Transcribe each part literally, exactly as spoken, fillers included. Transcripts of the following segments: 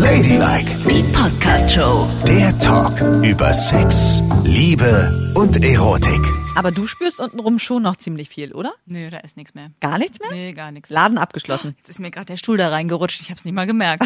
Ladylike, Die Podcast-Show. der Talk über Sex, Liebe und Erotik. Aber du spürst untenrum schon noch ziemlich viel, oder? Nö, da ist nichts mehr. Gar nichts mehr? Nee, gar nichts. Laden abgeschlossen. Jetzt ist mir gerade der Stuhl da reingerutscht, ich hab's nicht mal gemerkt.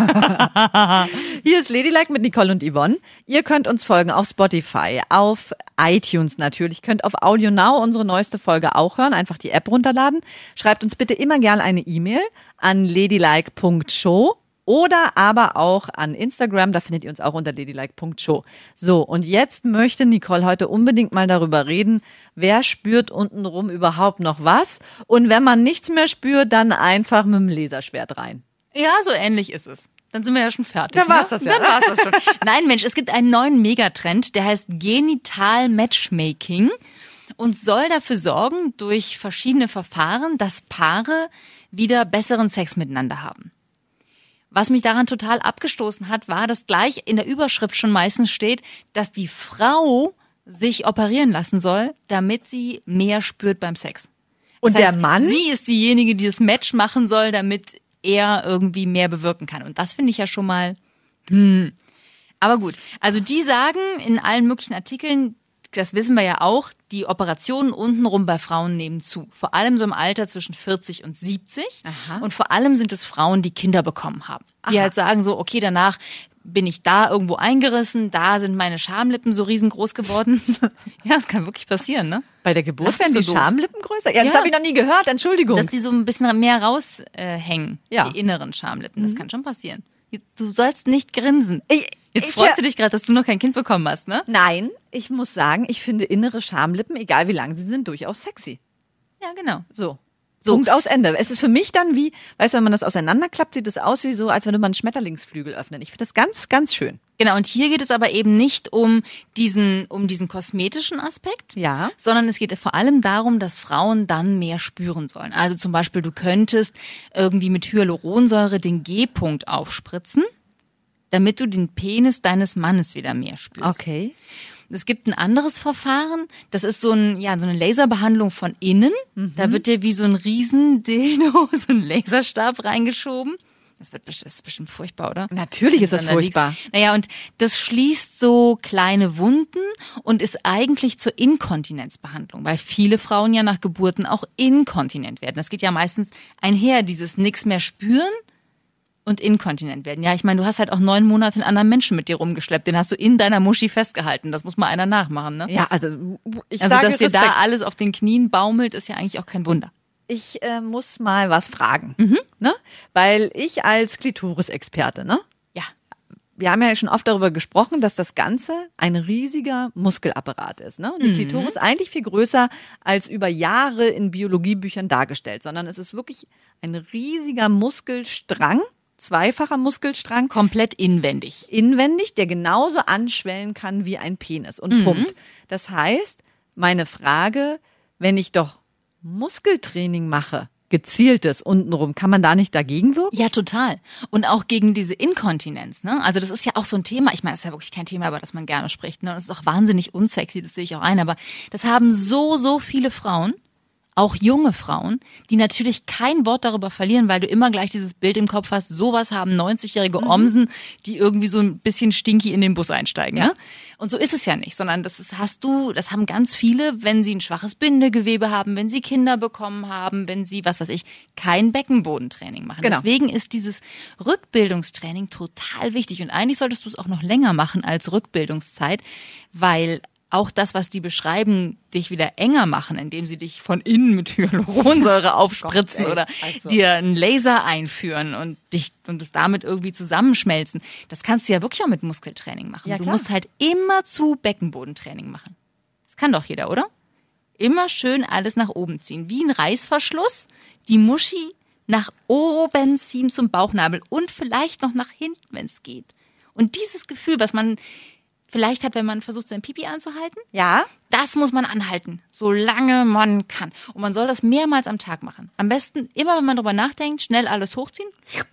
Hier ist Ladylike mit Nicole und Yvonne. Ihr könnt uns folgen auf Spotify, auf iTunes natürlich, könnt auf Audio Now unsere neueste Folge auch hören, einfach die App runterladen. Schreibt uns bitte immer gerne eine E-Mail an ladylike punkt show oder aber auch an Instagram, da findet ihr uns auch unter ladylike punkt show. So, und jetzt möchte Nicole heute unbedingt mal darüber reden, wer spürt untenrum überhaupt noch was? Und wenn man nichts mehr spürt, dann einfach mit dem Laserschwert rein. Ja, so ähnlich ist es. Dann sind wir ja schon fertig. Dann war's ne? das ja. Dann war's das schon. Nein, Mensch, es gibt einen neuen Megatrend, der heißt Genital Matchmaking und soll dafür sorgen, durch verschiedene Verfahren, dass Paare wieder besseren Sex miteinander haben. Was mich daran total abgestoßen hat, war, dass gleich in der Überschrift schon meistens steht, dass die Frau sich operieren lassen soll, damit sie mehr spürt beim Sex. Und Das heißt, der Mann? Sie ist diejenige, die das Match machen soll, damit er irgendwie mehr bewirken kann. Und das finde ich ja schon mal, hm. Aber gut, also die sagen in allen möglichen Artikeln, das wissen wir ja auch, die Operationen untenrum bei Frauen nehmen zu. Vor allem so im Alter zwischen vierzig und siebzig. Aha. Und vor allem sind es Frauen, die Kinder bekommen haben. Die Aha. halt sagen so, okay, danach bin ich da irgendwo eingerissen, da sind meine Schamlippen so riesengroß geworden. Ja, das kann wirklich passieren, ne? Bei der Geburt Lachst werden du die doof? Schamlippen größer? Ja, das Ja. habe ich noch nie gehört, Entschuldigung. Dass die so ein bisschen mehr raushängen, äh, hängen, Ja. die inneren Schamlippen. Das kann schon passieren. Du sollst nicht grinsen. Ich- Jetzt ich- freust du dich gerade, dass du noch kein Kind bekommen hast, ne? Nein, ich muss sagen, ich finde innere Schamlippen, egal wie lang sie sind, durchaus sexy. Ja, genau. So. So. Punkt aus Ende. Es ist für mich dann wie, weißt du, wenn man das auseinanderklappt, sieht es aus wie so, als würde man einen Schmetterlingsflügel öffnen. Ich finde das ganz, ganz schön. Genau, und hier geht es aber eben nicht um diesen, um diesen kosmetischen Aspekt, Ja. sondern es geht vor allem darum, dass Frauen dann mehr spüren sollen. Also zum Beispiel, du könntest irgendwie mit Hyaluronsäure den G-Punkt aufspritzen, damit du den Penis deines Mannes wieder mehr spürst. Okay. Es gibt ein anderes Verfahren, das ist so, ein, ja, so eine Laserbehandlung von innen. Da wird dir wie so ein Riesendildo, so ein Laserstab reingeschoben. Das, wird, das ist bestimmt furchtbar, oder? Natürlich ist das Wenn du dann furchtbar. liegst. Naja, und das schließt so kleine Wunden und ist eigentlich zur Inkontinenzbehandlung, weil viele Frauen ja nach Geburten auch inkontinent werden. Das geht ja meistens einher, dieses nix mehr spüren und inkontinent werden. Ja, ich meine, du hast halt auch neun Monate einen anderen Menschen mit dir rumgeschleppt. Den hast du in deiner Muschi festgehalten. Das muss mal einer nachmachen, ne? Ja, also ich Also, sage dass dir Respekt. da alles auf den Knien baumelt, ist ja eigentlich auch kein Wunder. Ich äh, muss mal was fragen, Mhm. ne? Weil ich als Klitoris-Experte, ne? Ja. Wir haben ja schon oft darüber gesprochen, dass das Ganze ein riesiger Muskelapparat ist. Ne? Und die Klitoris ist eigentlich viel größer als über Jahre in Biologiebüchern dargestellt, sondern es ist wirklich ein riesiger Muskelstrang, zweifacher Muskelstrang, Komplett inwendig. inwendig, der genauso anschwellen kann wie ein Penis und pumpt. Das heißt, meine Frage, wenn ich doch Muskeltraining mache, gezieltes untenrum, kann man da nicht dagegen wirken? Ja, total. Und auch gegen diese Inkontinenz, ne? Also das ist ja auch so ein Thema, ich meine, das ist ja wirklich kein Thema, über das man gerne spricht, ne? Und es ist auch wahnsinnig unsexy, das sehe ich auch ein, aber das haben so, so viele Frauen, auch junge Frauen, die natürlich kein Wort darüber verlieren, weil du immer gleich dieses Bild im Kopf hast, sowas haben neunzigjährige Omsen, die irgendwie so ein bisschen stinky in den Bus einsteigen, ne? Und so ist es ja nicht, sondern das ist, hast du, das haben ganz viele, wenn sie ein schwaches Bindegewebe haben, wenn sie Kinder bekommen haben, wenn sie, was weiß ich, kein Beckenbodentraining machen. Genau. Deswegen ist dieses Rückbildungstraining total wichtig und eigentlich solltest du es auch noch länger machen als Rückbildungszeit, weil auch das, was die beschreiben, dich wieder enger machen, indem sie dich von innen mit Hyaluronsäure aufspritzen Gott, ey, oder also. dir einen Laser einführen und dich und es damit irgendwie zusammenschmelzen. Das kannst du ja wirklich auch mit Muskeltraining machen. Ja, du klar. musst halt immer zu Beckenbodentraining machen. Das kann doch jeder, oder? Immer schön alles nach oben ziehen. Wie ein Reißverschluss, die Muschi nach oben ziehen zum Bauchnabel und vielleicht noch nach hinten, wenn es geht. Und dieses Gefühl, was man vielleicht hat, wenn man versucht, sein Pipi anzuhalten, Ja. das muss man anhalten, solange man kann. Und man soll das mehrmals am Tag machen. Am besten, immer wenn man drüber nachdenkt, schnell alles hochziehen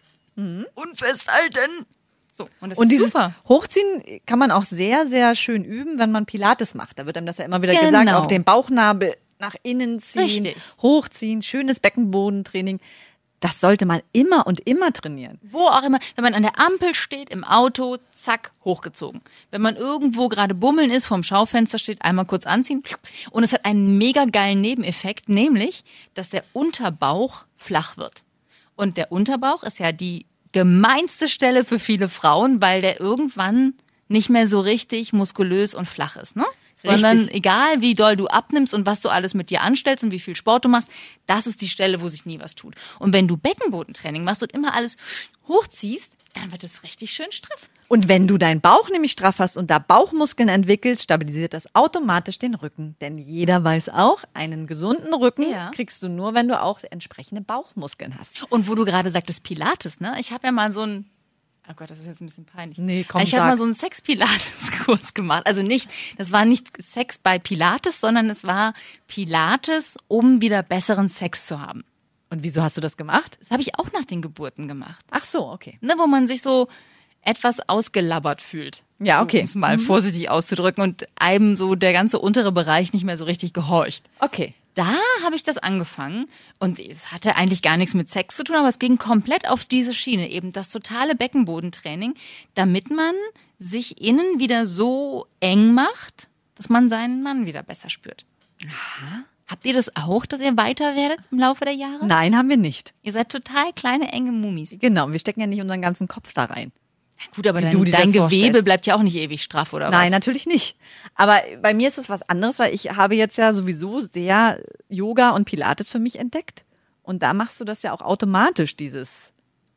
und festhalten. So, und das Und ist dieses super. Hochziehen kann man auch sehr, sehr schön üben, wenn man Pilates macht. Da wird einem das ja immer wieder Genau. gesagt, auch den Bauchnabel nach innen ziehen, Richtig. hochziehen, schönes Beckenbodentraining. Das sollte man immer und immer trainieren. Wo auch immer, wenn man an der Ampel steht, im Auto, zack, hochgezogen. Wenn man irgendwo gerade bummeln ist, vorm Schaufenster steht, einmal kurz anziehen. Und es hat einen mega geilen Nebeneffekt, nämlich, dass der Unterbauch flach wird. Und der Unterbauch ist ja die gemeinste Stelle für viele Frauen, weil der irgendwann nicht mehr so richtig muskulös und flach ist, ne? Sondern Richtig. egal, wie doll du abnimmst und was du alles mit dir anstellst und wie viel Sport du machst, das ist die Stelle, wo sich nie was tut. Und wenn du Beckenbodentraining machst und immer alles hochziehst, dann wird es richtig schön straff. Und wenn du deinen Bauch nämlich straff hast und da Bauchmuskeln entwickelst, stabilisiert das automatisch den Rücken. Denn jeder weiß auch, einen gesunden Rücken Ja. kriegst du nur, wenn du auch entsprechende Bauchmuskeln hast. Und wo du gerade sagtest Pilates, ne? Ich habe ja mal so ein Oh Gott, das ist jetzt ein bisschen peinlich. Nee, komm, Ich habe sag. mal so einen Sex-Pilates-Kurs gemacht. Also nicht, das war nicht Sex bei Pilates, sondern es war Pilates, um wieder besseren Sex zu haben. Und wieso hast du das gemacht? Das habe ich auch nach den Geburten gemacht. Ach so, okay. Ne, wo man sich so etwas ausgelabbert fühlt. Ja, okay. So, um es mal vorsichtig auszudrücken und einem so der ganze untere Bereich nicht mehr so richtig gehorcht. Okay. Da habe ich das angefangen und es hatte eigentlich gar nichts mit Sex zu tun, aber es ging komplett auf diese Schiene, eben das totale Beckenbodentraining, damit man sich innen wieder so eng macht, dass man seinen Mann wieder besser spürt. Aha. Habt ihr das auch, dass ihr weiter werdet im Laufe der Jahre? Nein, haben wir nicht. Ihr seid total kleine, enge Mummis. Genau, wir stecken ja nicht unseren ganzen Kopf da rein. Na gut, aber Wie dein, du dir dein das Gewebe vorstellst. bleibt ja auch nicht ewig straff, oder was? Nein, natürlich nicht. Aber bei mir ist es was anderes, weil ich habe jetzt ja sowieso sehr Yoga und Pilates für mich entdeckt. Und da machst du das ja auch automatisch, dieses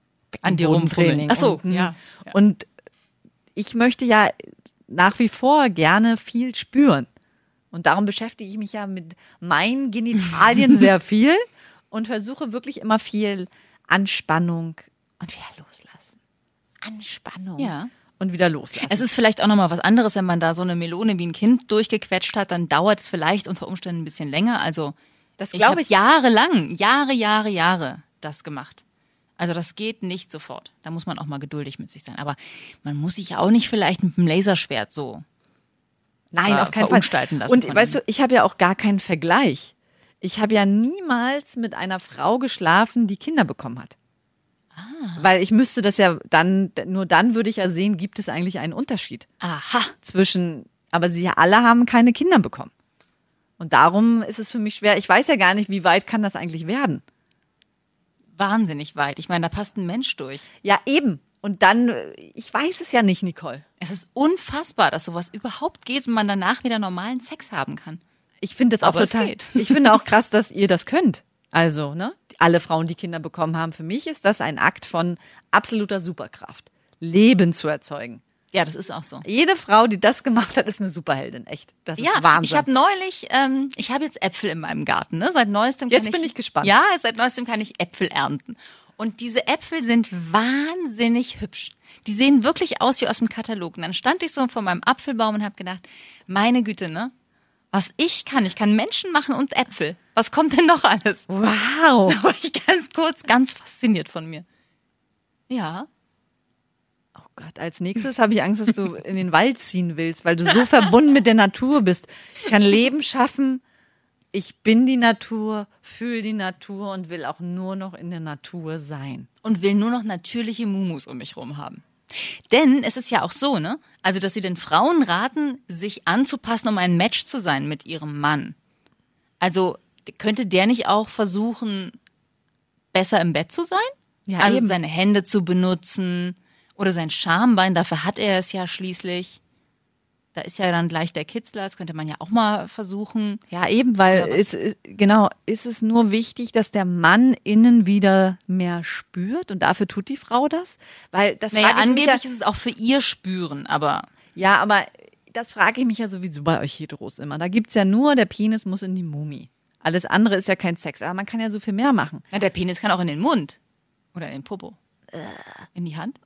An dir rumfummeln. Beckenbodentraining. Ach so, und, ja, ja. Und ich möchte ja nach wie vor gerne viel spüren. Und darum beschäftige ich mich ja mit meinen Genitalien sehr viel und versuche wirklich immer viel Anspannung und wieder loslassen. Anspannung Ja. und wieder loslassen. Es ist vielleicht auch nochmal was anderes, wenn man da so eine Melone wie ein Kind durchgequetscht hat, dann dauert es vielleicht unter Umständen ein bisschen länger. Also Das ich glaube habe ich. jahrelang, Jahre, Jahre, Jahre das gemacht. Also das geht nicht sofort. Da muss man auch mal geduldig mit sich sein. Aber man muss sich ja auch nicht vielleicht mit dem Laserschwert so Nein, ver- auf keinen Fall. verunstalten lassen Und von weißt ihm. du, ich habe ja auch gar keinen Vergleich. Ich habe ja niemals mit einer Frau geschlafen, die Kinder bekommen hat. Ah. Weil ich müsste das ja dann, nur dann würde ich ja sehen, gibt es eigentlich einen Unterschied Aha. zwischen, aber sie alle haben keine Kinder bekommen. Und darum ist es für mich schwer. Ich weiß ja gar nicht, wie weit kann das eigentlich werden. Wahnsinnig weit. Ich meine, da passt ein Mensch durch. Ja, eben. Und dann, äh, ich weiß es ja nicht, Nicole. Es ist unfassbar, dass sowas überhaupt geht und man danach wieder normalen Sex haben kann. Ich finde das auch Aber es total. geht. Ich finde auch krass, dass ihr das könnt. Also, ne? Alle Frauen, die Kinder bekommen haben, für mich ist das ein Akt von absoluter Superkraft. Leben zu erzeugen. Ja, das ist auch so. Jede Frau, die das gemacht hat, ist eine Superheldin. Echt. Das Ja, ist Wahnsinn. ich habe neulich, ähm, ich habe jetzt Äpfel in meinem Garten. Ne? Seit neuestem kann Jetzt ich, bin ich gespannt. Ja, seit neuestem kann ich Äpfel ernten. Und diese Äpfel sind wahnsinnig hübsch. Die sehen wirklich aus wie aus dem Katalog. Und dann stand ich so vor meinem Apfelbaum und habe gedacht, meine Güte, ne? Was ich kann, ich kann Menschen machen und Äpfel. Was kommt denn noch alles? Wow. Da war ich ganz kurz ganz fasziniert von mir. Ja. Oh Gott, als nächstes habe ich Angst, dass du in den Wald ziehen willst, weil du so verbunden mit der Natur bist. Ich kann Leben schaffen. Ich bin die Natur, fühle die Natur und will auch nur noch in der Natur sein. Und will nur noch natürliche Mumus um mich rum haben. Denn es ist ja auch so, ne? Also, dass sie den Frauen raten, sich anzupassen, um ein Match zu sein mit ihrem Mann. Also, könnte der nicht auch versuchen, besser im Bett zu sein? Ja, also eben. seine Hände zu benutzen oder sein Schambein, dafür hat er es ja schließlich. Da ist ja dann gleich der Kitzler, das könnte man ja auch mal versuchen. Ja, eben, weil Oder was? es, ist- genau, ist es nur wichtig, dass der Mann innen wieder mehr spürt und dafür tut die Frau das? Weil das Naja, frage ich mich ja, angeblich ist es auch für ihr Spüren, aber ja, aber das frage ich mich ja sowieso bei euch Heteros immer. Da gibt's ja nur, der Penis muss in die Mumie. Alles andere ist ja kein Sex, aber man kann ja so viel mehr machen. na, der Penis kann auch in den Mund oder in den Popo. In die Hand?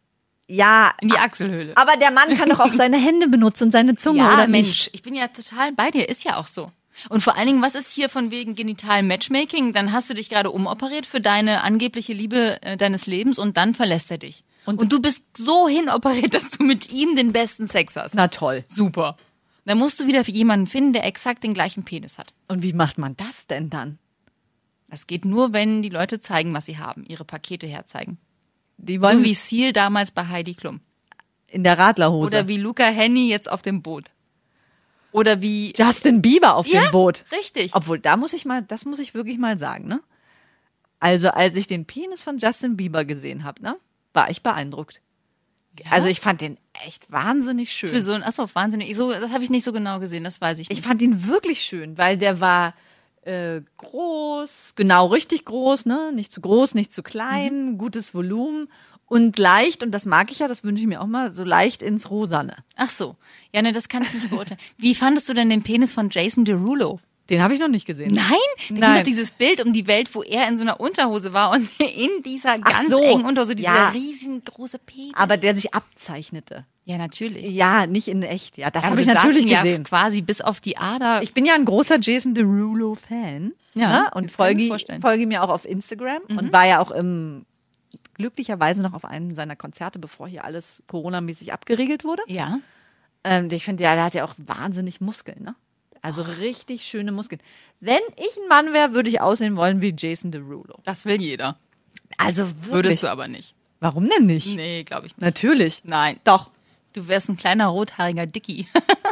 Ja, In die Achselhöhle. aber der Mann kann doch auch seine Hände benutzen und seine Zunge, Ja, oder Mensch, nicht? ich bin ja total bei dir, ist ja auch so. Und vor allen Dingen, was ist hier von wegen genital Matchmaking? Dann hast du dich gerade umoperiert für deine angebliche Liebe äh, deines Lebens und dann verlässt er dich. Und, und du bist so hinoperiert, dass du mit ihm den besten Sex hast. Na toll. Super. Dann musst du wieder jemanden finden, der exakt den gleichen Penis hat. Und wie macht man das denn dann? Das geht nur, wenn die Leute zeigen, was sie haben, ihre Pakete herzeigen. Die wollen So wie Seal damals bei Heidi Klum. in der Radlerhose. Oder wie Luca Henny jetzt auf dem Boot. Oder wie... Justin Bieber auf Ja, dem Boot. richtig. Obwohl, da muss ich mal, das muss ich wirklich mal sagen, ne? Also, als ich den Penis von Justin Bieber gesehen habe, ne, war ich beeindruckt. Also, ich fand den echt wahnsinnig schön. Für so ein, achso, wahnsinnig. So, das habe ich nicht so genau gesehen, das weiß ich nicht. Ich fand ihn wirklich schön, weil der war äh, groß, genau richtig groß, ne? Nicht zu groß, nicht zu klein, Mhm. gutes Volumen und leicht, und das mag ich ja, das wünsche ich mir auch mal, so leicht ins Rosane. Ach so. Ja, ne, das kann ich nicht beurteilen. Wie fandest du denn den Penis von Jason Derulo? Den habe ich noch nicht gesehen. Nein? Da ging Nein. doch dieses Bild um die Welt, wo er in so einer Unterhose war und in dieser ganz so. engen Unterhose, dieser Ja. riesengroße Penis. Aber der sich abzeichnete. ja, natürlich. Ja, nicht in echt. Ja, das Aber habe ich du sahst natürlich ihn gesehen. Ja quasi bis auf die Ader. Ich bin ja ein großer Jason Derulo-Fan. Ja, ne? Und das kann ich mir folge, vorstellen. Mhm. folge mir auch auf Instagram und war ja auch im, glücklicherweise noch auf einem seiner Konzerte, bevor hier alles Corona-mäßig abgeriegelt wurde. ja. Ähm, ich finde, ja, der hat ja auch wahnsinnig Muskeln, ne? Also richtig schöne Muskeln. Wenn ich ein Mann wäre, würde ich aussehen wollen wie Jason Derulo. Das will jeder. Also wirklich. Würdest du aber nicht. Warum denn nicht? Nee, glaube ich nicht. Natürlich. Nein. Doch. Du wärst ein kleiner rothaariger Dickie.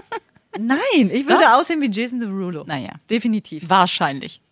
Nein, ich würde aussehen wie Jason Derulo. Naja. Definitiv. Wahrscheinlich.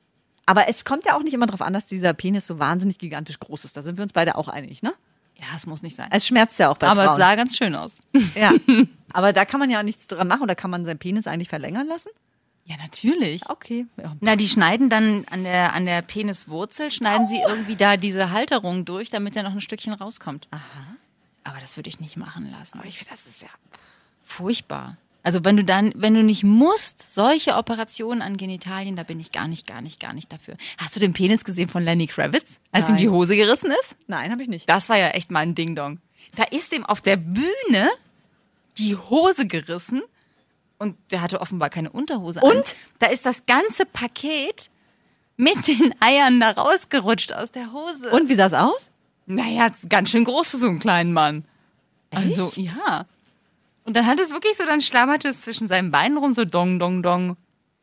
Aber es kommt ja auch nicht immer darauf an, dass dieser Penis so wahnsinnig gigantisch groß ist. Da sind wir uns beide auch einig, ne? Ja, es muss nicht sein. Es schmerzt ja auch bei Aber es Frauen. sah ganz schön aus. Ja. Aber da kann man ja auch nichts dran machen. Oder kann man seinen Penis eigentlich verlängern lassen? Ja, natürlich. Okay. Ja. Na, die schneiden dann an der, an der Peniswurzel, schneiden sie irgendwie da diese Halterung durch, damit da noch ein Stückchen rauskommt. Aha. Aber das würde ich nicht machen lassen. Ich finde, das ist ja. Furchtbar. Also wenn du dann, wenn du nicht musst, solche Operationen an Genitalien, da bin ich gar nicht, gar nicht, gar nicht dafür. Hast du den Penis gesehen von Lenny Kravitz, als Nein. ihm die Hose gerissen ist? Nein, habe ich nicht. Das war ja echt mal ein Ding-Dong. Da ist ihm auf der Bühne die Hose gerissen und der hatte offenbar keine Unterhose an. Und? Da ist das ganze Paket mit den Eiern da rausgerutscht aus der Hose. Und wie sah es aus? Naja, ist ganz schön groß für so einen kleinen Mann. Also, ja. Und dann hat es wirklich so, dann schlammerte es zwischen seinen Beinen rum, so dong, dong, dong.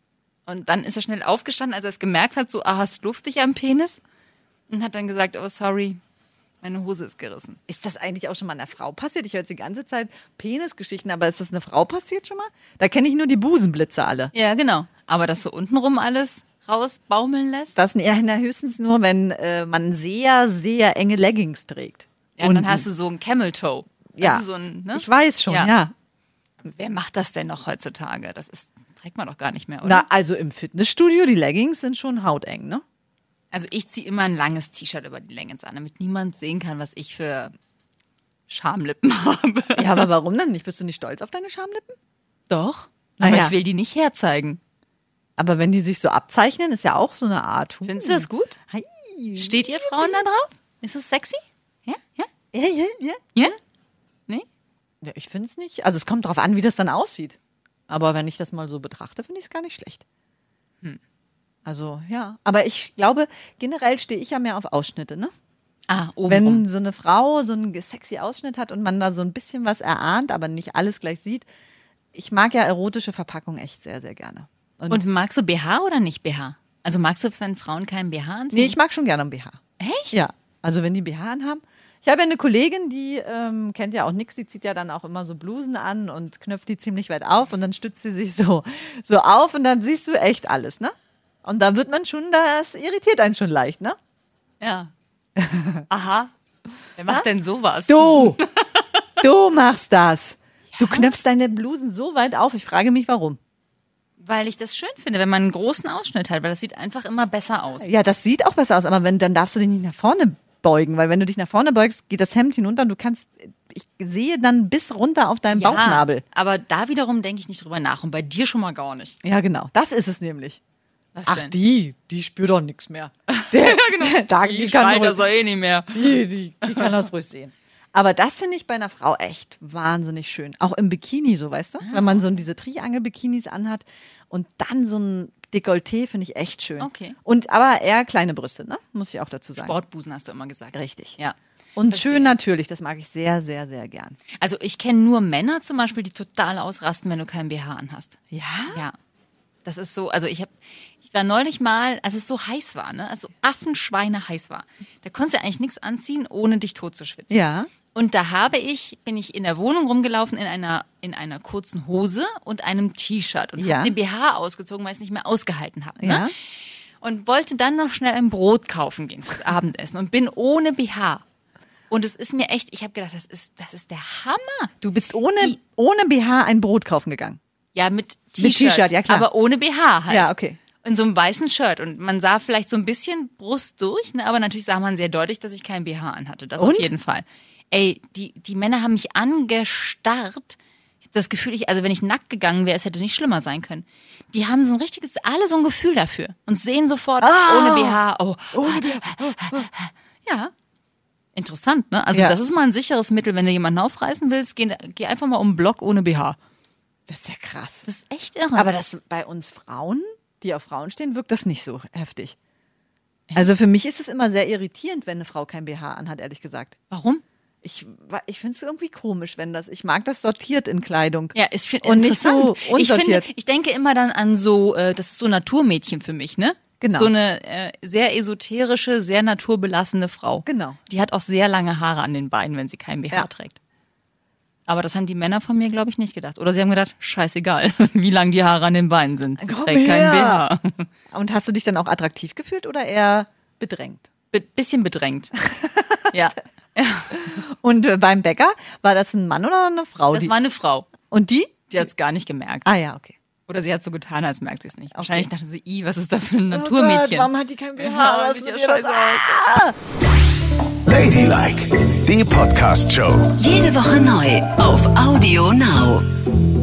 Und dann ist er schnell aufgestanden, als er es gemerkt hat, so, ah, hast luftig am Penis. Und hat dann gesagt, oh, sorry, meine Hose ist gerissen. Ist das eigentlich auch schon mal einer Frau passiert? Ich höre jetzt die ganze Zeit Penisgeschichten, aber ist das eine Frau passiert schon mal? Da kenne ich nur die Busenblitze alle. Ja, genau. Aber das so untenrum alles rausbaumeln lässt. Das ja, na, höchstens nur, wenn äh, man sehr, sehr enge Leggings trägt. Ja, und dann hast du so ein Camel Toe. Ja, Also so ein, ne? ich weiß schon, Ja. ja. Wer macht das denn noch heutzutage? Das ist, trägt man doch gar nicht mehr, oder? Na, also im Fitnessstudio, die Leggings sind schon hauteng, ne? Also ich ziehe immer ein langes T-Shirt über die Leggings an, damit niemand sehen kann, was ich für Schamlippen habe. Ja, aber warum denn nicht? Bist du nicht stolz auf deine Schamlippen? Doch. Na Aber ja. ich will die nicht herzeigen. Aber wenn die sich so abzeichnen, ist ja auch so eine Art. Huh. Findest du das gut? Hi. Steht ihr Frauen da drauf? Ist es sexy? Ja? Ja? Ja, ja, ja. Ja? Nee? Ja, ich finde es nicht. Also es kommt drauf an, wie das dann aussieht. Aber wenn ich das mal so betrachte, finde ich es gar nicht schlecht. Hm. Also ja. Aber ich glaube, generell stehe ich ja mehr auf Ausschnitte, ne? Ah, oben Wenn rum. so eine Frau so einen sexy Ausschnitt hat und man da so ein bisschen was erahnt, aber nicht alles gleich sieht. Ich mag ja erotische Verpackungen echt sehr, sehr gerne. Und, Und magst du B H oder nicht B H? Also magst du, wenn Frauen keinen B H anziehen? nee, ich mag schon gerne einen B H. Echt? Ja, also wenn die B H anhaben. Ich habe ja eine Kollegin, die ähm, kennt ja auch nix, die zieht ja dann auch immer so Blusen an und knöpft die ziemlich weit auf und dann stützt sie sich so, so auf und dann siehst du echt alles, ne? Und da wird man schon, das irritiert einen schon leicht, ne? Ja. Aha. Wer macht denn sowas? Du! Du machst das! Du knöpfst deine Blusen so weit auf, ich frage mich, warum. Weil ich das schön finde, wenn man einen großen Ausschnitt hat, weil das sieht einfach immer besser aus. Ja, das sieht auch besser aus, aber wenn, dann darfst du dich nicht nach vorne beugen, weil wenn du dich nach vorne beugst, geht das Hemd hinunter und du kannst, ich sehe dann bis runter auf deinen Bauchnabel. Aber da wiederum denke ich nicht drüber nach und bei dir schon mal gar nicht. Ja, genau, das ist es nämlich. Was Ach, denn? die, die spürt doch nichts mehr. Der, ja, genau. Da, die, Die kann schreit das ruhig, doch eh nicht mehr. die, die, die kann das ruhig sehen. Aber das finde ich bei einer Frau echt wahnsinnig schön. Auch im Bikini so, weißt du? Wenn man so diese Triangel-Bikinis anhat und dann so ein Dekolleté finde ich echt schön. Okay. Und aber eher kleine Brüste, ne? Muss ich auch dazu sagen. Sportbusen hast du immer gesagt. Richtig. Ja. Und Verstehe. schön natürlich, das mag ich sehr, sehr, sehr gern. Also ich kenne nur Männer zum Beispiel, die total ausrasten, wenn du keinen B H anhast. Ja? Ja. Das ist so, also ich habe, ich war neulich mal, als es so heiß war, ne, also Affenschweine heiß war, da konntest du ja eigentlich nichts anziehen, ohne dich tot zu schwitzen. Ja. Und da habe ich, bin ich in der Wohnung rumgelaufen in einer, in einer kurzen Hose und einem T-Shirt und Ja. habe den B H ausgezogen, weil ich es nicht mehr ausgehalten habe. Ne? Ja. Und wollte dann noch schnell ein Brot kaufen gehen fürs Abendessen und bin ohne B H. Und es ist mir echt, ich habe gedacht, das ist, das ist der Hammer. Du bist ohne, Die- ohne B H ein Brot kaufen gegangen. Ja, mit Mit T-Shirt, T-Shirt, ja, klar. aber ohne B H halt. Ja, okay. In so einem weißen Shirt und man sah vielleicht so ein bisschen Brust durch, ne? Aber natürlich sah man sehr deutlich, dass ich kein B H anhatte. Das Und? auf jeden Fall. Ey, die, die Männer haben mich angestarrt. Das Gefühl, ich, also wenn ich nackt gegangen wäre, es hätte nicht schlimmer sein können. Die haben so ein richtiges, alle so ein Gefühl dafür und sehen sofort Ah. ohne B H. Oh, Ohne B H. ja. Interessant, ne? Also Ja. das ist mal ein sicheres Mittel, wenn du jemanden aufreißen willst, geh, geh einfach mal um den Block ohne B H. Das ist ja krass. Das ist echt irre. Aber das bei uns Frauen, die auf Frauen stehen, wirkt das nicht so heftig. Also für mich ist es immer sehr irritierend, wenn eine Frau kein B H anhat, ehrlich gesagt. Warum? Ich, ich finde es irgendwie komisch, wenn das, ich mag das sortiert in Kleidung. Ja, ich finde Und nicht so interessant. ich unsortiert. finde, ich denke immer dann an so, äh, das ist so Naturmädchen für mich, ne? Genau. So eine äh, sehr esoterische, sehr naturbelassene Frau. Genau. Die hat auch sehr lange Haare an den Beinen, wenn sie kein B H Ja. trägt. Aber das haben die Männer von mir, glaube ich, nicht gedacht. Oder sie haben gedacht, scheißegal, wie lang die Haare an den Beinen sind. Sie Komm trägt kein B her. H. Und hast du dich dann auch attraktiv gefühlt oder eher bedrängt? Be- bisschen bedrängt. Ja, Und äh, beim Bäcker, war das ein Mann oder eine Frau? das die, war eine Frau. und die? Die hat es gar nicht gemerkt. Ah ja, okay. Oder sie hat so getan, als merkt sie es nicht. Wahrscheinlich dachte sie, i, was ist das für ein Naturmädchen? Oh Gott, warum hat die kein B H? Ja, Was sieht mit ja ihr das? scheiße aus. Ladylike, die Podcast-Show. Jede Woche neu auf Audio Now.